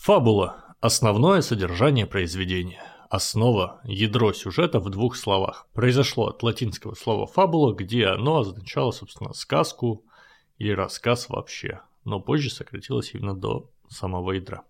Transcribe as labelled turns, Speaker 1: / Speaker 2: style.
Speaker 1: Фабула – основное содержание произведения. Основа, ядро сюжета в двух словах. Произошло от латинского слова «фабула», где оно означало, собственно, сказку или рассказ вообще, но позже сократилось именно до самого ядра.